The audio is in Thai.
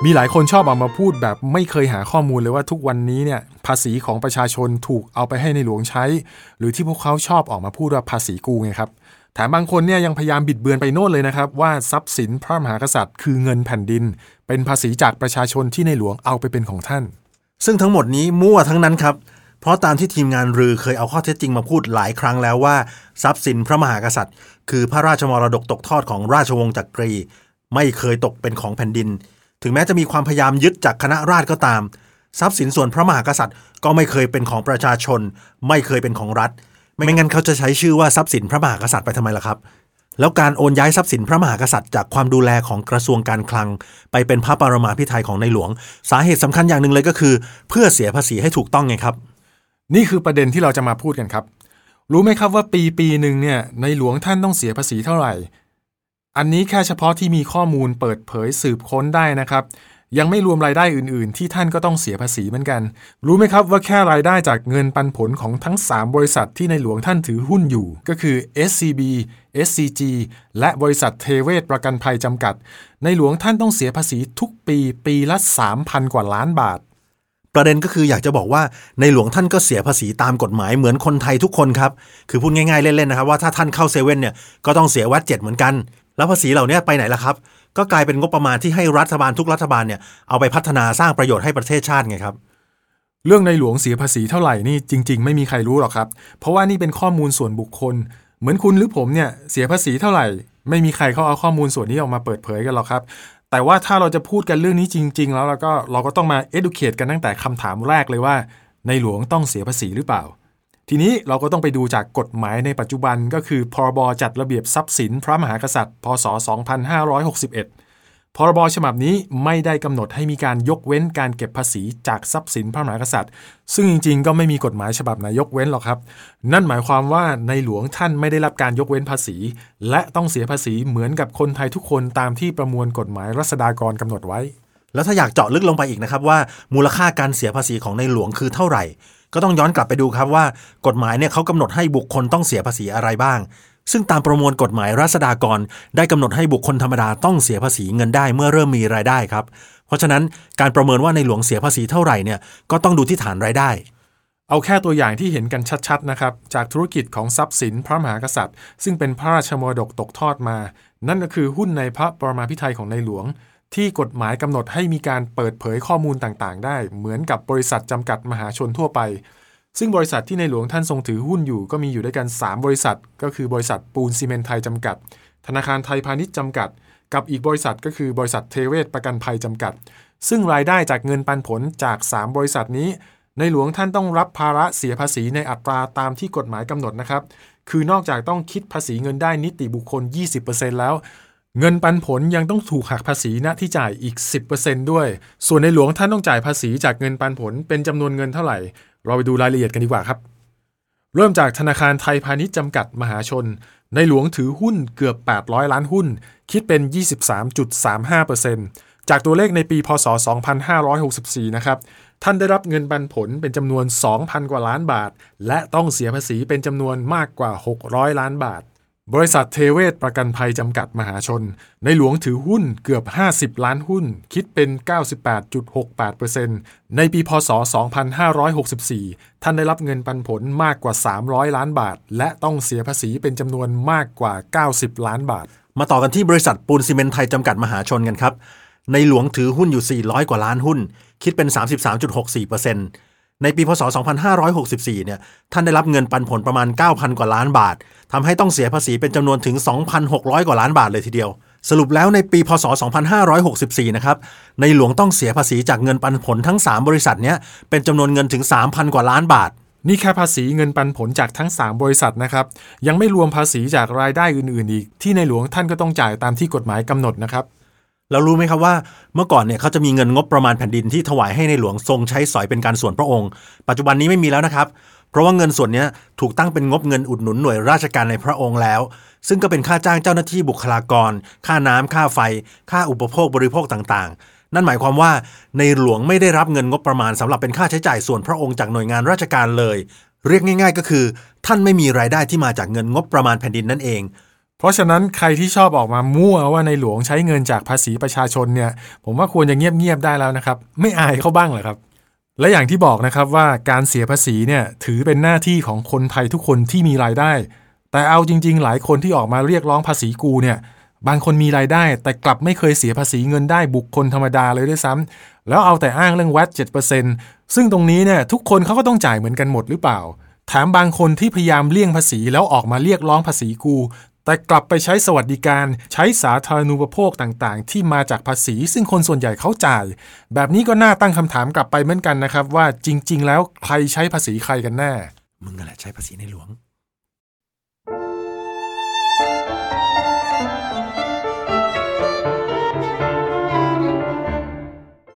มีหลายคนชอบออกมาพูดแบบไม่เคยหาข้อมูลเลยว่าทุกวันนี้เนี่ยภาษีของประชาชนถูกเอาไปให้ในหลวงใช้หรือที่พวกเขาชอบออกมาพูดว่าภาษีกูไงครับแถมบางคนเนี่ยยังพยายามบิดเบือนไปโน่นเลยนะครับว่าทรัพย์สินพระมหากษัตริย์คือเงินแผ่นดินเป็นภาษีจากประชาชนที่ในหลวงเอาไปเป็นของท่านซึ่งทั้งหมดนี้มั่วทั้งนั้นครับเพราะตามที่ทีมงานรือเคยเอาข้อเท็จจริงมาพูดหลายครั้งแล้วว่าทรัพย์สินพระมหากษัตริย์คือพระราชมรดกตกทอดของราชวงศ์จักรีไม่เคยตกเป็นของแผ่นดินถึงแม้จะมีความพยายามยึดจากคณะราษฎรก็ตามทรัพย์สินส่วนพระมหากษัตริย์ก็ไม่เคยเป็นของประชาชนไม่เคยเป็นของรัฐไม่งั้นเขาจะใช้ชื่อว่าทรัพย์สินพระมหากษัตริย์ไปทำไมล่ะครับแล้วการโอนย้ายทรัพย์สินพระมหากษัตริย์จากความดูแลของกระทรวงการคลังไปเป็นพระปรมาภิไธยของในหลวงสาเหตุสำคัญอย่างหนึ่งเลยก็คือเพื่อเสียภาษีให้ถูกต้องไงครับนี่คือประเด็นที่เราจะมาพูดกันครับรู้ไหมครับว่าปีหนึ่งเนี่ยในหลวงท่านต้องเสียภาษีเท่าไหร่อันนี้แค่เฉพาะที่มีข้อมูลเปิดเผยสืบค้นได้นะครับยังไม่รวมรายได้อื่นๆที่ท่านก็ต้องเสียภาษีเหมือนกันรู้ไหมครับว่าแค่รายได้จากเงินปันผลของทั้ง3บริษัทที่ในหลวงท่านถือหุ้นอยู่ก็คือ SCB SCG และบริษัทเทเวศประกันภัยจำกัดในหลวงท่านต้องเสียภาษีทุกปีละ 3,000 กว่าล้านบาทประเด็นก็คืออยากจะบอกว่าในหลวงท่านก็เสียภาษีตามกฎหมายเหมือนคนไทยทุกคนครับคือพูดง่ายๆเล่นๆนะครับว่าถ้าท่านเข้าเซเว่นเนี่ยก็ต้องเสียVAT 7เหมือนกันแล้วภาษีเหล่านี้ไปไหนล่ะครับก็กลายเป็นงบประมาณที่ให้รัฐบาลทุกรัฐบาลเนี่ยเอาไปพัฒนาสร้างประโยชน์ให้ประเทศชาติไงครับเรื่องในหลวงเสียภาษีเท่าไหร่นี่จริงๆไม่มีใครรู้หรอกครับเพราะว่านี่เป็นข้อมูลส่วนบุคคลเหมือนคุณหรือผมเนี่ยเสียภาษีเท่าไหร่ไม่มีใครเขาเอาข้อมูลส่วนนี้ออกมาเปิดเผยกันหรอกครับแต่ว่าถ้าเราจะพูดกันเรื่องนี้จริงๆแล้วเราก็ต้องมา educate กันตั้งแต่คำถามแรกเลยว่าในหลวงต้องเสียภาษีหรือเปล่าทีนี้เราก็ต้องไปดูจากกฎหมายในปัจจุบันก็คือพรบจัดระเบียบทรัพย์สินพระมหากษัตริย์พ.ศ. 2561พรบฉบับนี้ไม่ได้กำหนดให้มีการยกเว้นการเก็บภาษีจากทรัพย์สินพระมหากษัตริย์ซึ่งจริงๆก็ไม่มีกฎหมายฉบับไหนยกเว้นหรอกครับนั่นหมายความว่าในหลวงท่านไม่ได้รับการยกเว้นภาษีและต้องเสียภาษีเหมือนกับคนไทยทุกคนตามที่ประมวลกฎหมายรัษฎากรกำหนดไว้แล้วถ้าอยากเจาะลึกลงไปอีกนะครับว่ามูลค่าการเสียภาษีของในหลวงคือเท่าไหร่ก็ต้องย้อนกลับไปดูครับว่ากฎหมายเนี่ยเขากำหนดให้บุคคลต้องเสียภาษีอะไรบ้างซึ่งตามประมวลกฎหมายราษฎากรได้กำหนดให้บุคคลธรรมดาต้องเสียภาษีเงินได้เมื่อเริ่มมีรายได้ครับเพราะฉะนั้นการประเมินว่าในหลวงเสียภาษีเท่าไหร่เนี่ยก็ต้องดูที่ฐานรายได้เอาแค่ตัวอย่างที่เห็นกันชัดๆนะครับจากธุรกิจของทรัพย์สินพระมหากษัตริย์ซึ่งเป็นพระราชมรดกตกทอดมานั่นก็คือหุ้นในพระปรมาภิไธยของในหลวงที่กฎหมายกำหนดให้มีการเปิดเผยข้อมูลต่างๆได้เหมือนกับบริษัทจำกัดมหาชนทั่วไปซึ่งบริษัทที่ในหลวงท่านทรงถือหุ้นอยู่ก็มีอยู่ด้วยกัน3บริษัทก็คือบริษัทปูนซีเมนต์ไทยจำกัดธนาคารไทยพาณิชย์จำกัดกับอีกบริษัทก็คือบริษัทเทเวศประกันภัยจำกัดซึ่งรายได้จากเงินปันผลจาก3บริษัทนี้ในหลวงท่านต้องรับภาระเสียภาษีในอัตราตามที่กฎหมายกำหนดนะครับคือนอกจากต้องคิดภาษีเงินได้นิติบุคคล 20% แล้วเงินปันผลยังต้องถูกหักภาษีณที่จ่ายอีก 10% ด้วยส่วนในหลวงท่านต้องจ่ายภาษีจากเงินปันผลเป็นจำนวนเงินเท่าไหร่เราไปดูรายละเอียดกันดีกว่าครับเริ่มจากธนาคารไทยพาณิชย์จำกัดมหาชนในหลวงถือหุ้นเกือบ800ล้านหุ้นคิดเป็น 23.35% จากตัวเลขในปีพ.ศ. 2564นะครับท่านได้รับเงินปันผลเป็นจำนวน 2,000 กว่าล้านบาทและต้องเสียภาษีเป็นจำนวนมากกว่า600ล้านบาทบริษัทเทเวศประกันภัยจำกัดมหาชนในหลวงถือหุ้นเกือบ50ล้านหุ้นคิดเป็น 98.68% ในปีพ.ศ. 2564ท่านได้รับเงินปันผลมากกว่า300ล้านบาทและต้องเสียภาษีเป็นจำนวนมากกว่า90ล้านบาทมาต่อกันที่บริษัทปูนซีเมนต์ไทยจำกัดมหาชนกันครับในหลวงถือหุ้นอยู่400กว่าล้านหุ้นคิดเป็น 33.64%ในปีพ.ศ. 2564เนี่ยท่านได้รับเงินปันผลประมาณ 9,000 กว่าล้านบาททำให้ต้องเสียภาษีเป็นจำนวนถึง 2,600 กว่าล้านบาทเลยทีเดียวสรุปแล้วในปีพ.ศ. 2564นะครับในหลวงต้องเสียภาษีจากเงินปันผลทั้ง3บริษัทเนี้ยเป็นจำนวนเงินถึง 3,000 กว่าล้านบาทนี่แค่ภาษีเงินปันผลจากทั้ง3บริษัทนะครับยังไม่รวมภาษีจากรายได้อื่นๆอีกที่ในหลวงท่านก็ต้องจ่ายตามที่กฎหมายกำหนดนะครับแล้วรู้ไหมครับว่าเมื่อก่อนเนี่ยเขาจะมีเงินงบประมาณแผ่นดินที่ถวายให้ในหลวงทรงใช้สอยเป็นการส่วนพระองค์ปัจจุบันนี้ไม่มีแล้วนะครับเพราะว่าเงินส่วนนี้ถูกตั้งเป็นงบเงินอุดหนุนหน่วยราชการในพระองค์แล้วซึ่งก็เป็นค่าจ้างเจ้าหน้าที่บุคลากรค่าน้ำค่าไฟค่าอุปโภคบริโภคต่างๆนั่นหมายความว่าในหลวงไม่ได้รับเงินงบประมาณสำหรับเป็นค่าใช้จ่ายส่วนพระองค์จากหน่วยงานราชการเลยเรียกง่ายๆก็คือท่านไม่มีรายได้ที่มาจากเงินงบประมาณแผ่นดินนั่นเองเพราะฉะนั้นใครที่ชอบออกมามั่วว่าในหลวงใช้เงินจากภาษีประชาชนเนี่ยผมว่าควรจะเงียบๆได้แล้วนะครับไม่อายเขาบ้างเหรอครับและอย่างที่บอกนะครับว่าการเสียภาษีเนี่ยถือเป็นหน้าที่ของคนไทยทุกคนที่มีรายได้แต่เอาจริงๆหลายคนที่ออกมาเรียกร้องภาษีกูเนี่ยบางคนมีรายได้แต่กลับไม่เคยเสียภาษีเงินได้บุคคลธรรมดาเลยด้วยซ้ำแล้วเอาแต่อ้างเรื่องVAT 7%ซึ่งตรงนี้เนี่ยทุกคนเขาก็ต้องจ่ายเหมือนกันหมดหรือเปล่าถามบางคนที่พยายามเลี่ยงภาษีแล้วออกมาเรียกร้องภาษีกูแต่กลับไปใช้สวัสดิการใช้สาธารณูปโภคต่างๆที่มาจากภาษีซึ่งคนส่วนใหญ่เขาจ่ายแบบนี้ก็น่าตั้งคำถามกลับไปเหมือนกันนะครับว่าจริงๆแล้วใครใช้ภาษีใครกันแน่มึงนั่นแหละใช้ภาษีในหลวง